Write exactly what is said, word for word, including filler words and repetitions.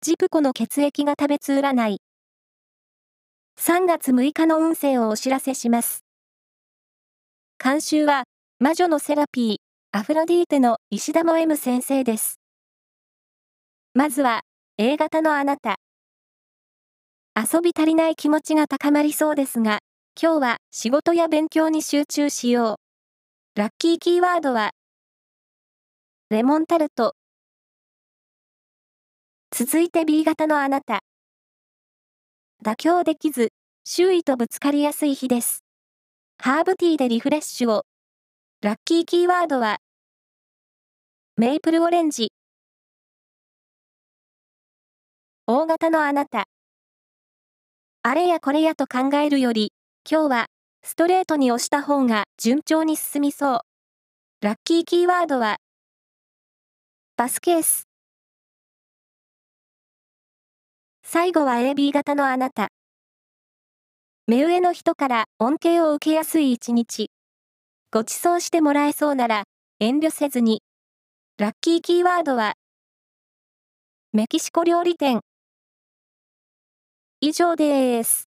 ジプコの血液が食べつ占い。さんがつむいかの運勢をお知らせします。監修は、魔女のセラピー、アフロディーテの石田も M 先生です。まずは、A 型のあなた。遊び足りない気持ちが高まりそうですが、今日は仕事や勉強に集中しよう。ラッキーキーワードは、レモンタルト。続いて B 型のあなた。妥協できず、周囲とぶつかりやすい日です。ハーブティーでリフレッシュを。ラッキーキーワードは、メイプルオレンジ。O 型のあなた。あれやこれやと考えるより、今日はストレートに押した方が順調に進みそう。ラッキーキーワードは、パスケース。最後は エービー 型のあなた。目上の人から恩恵を受けやすい一日。ご馳走してもらえそうなら、遠慮せずに。ラッキーキーワードは、メキシコ料理店。以上です。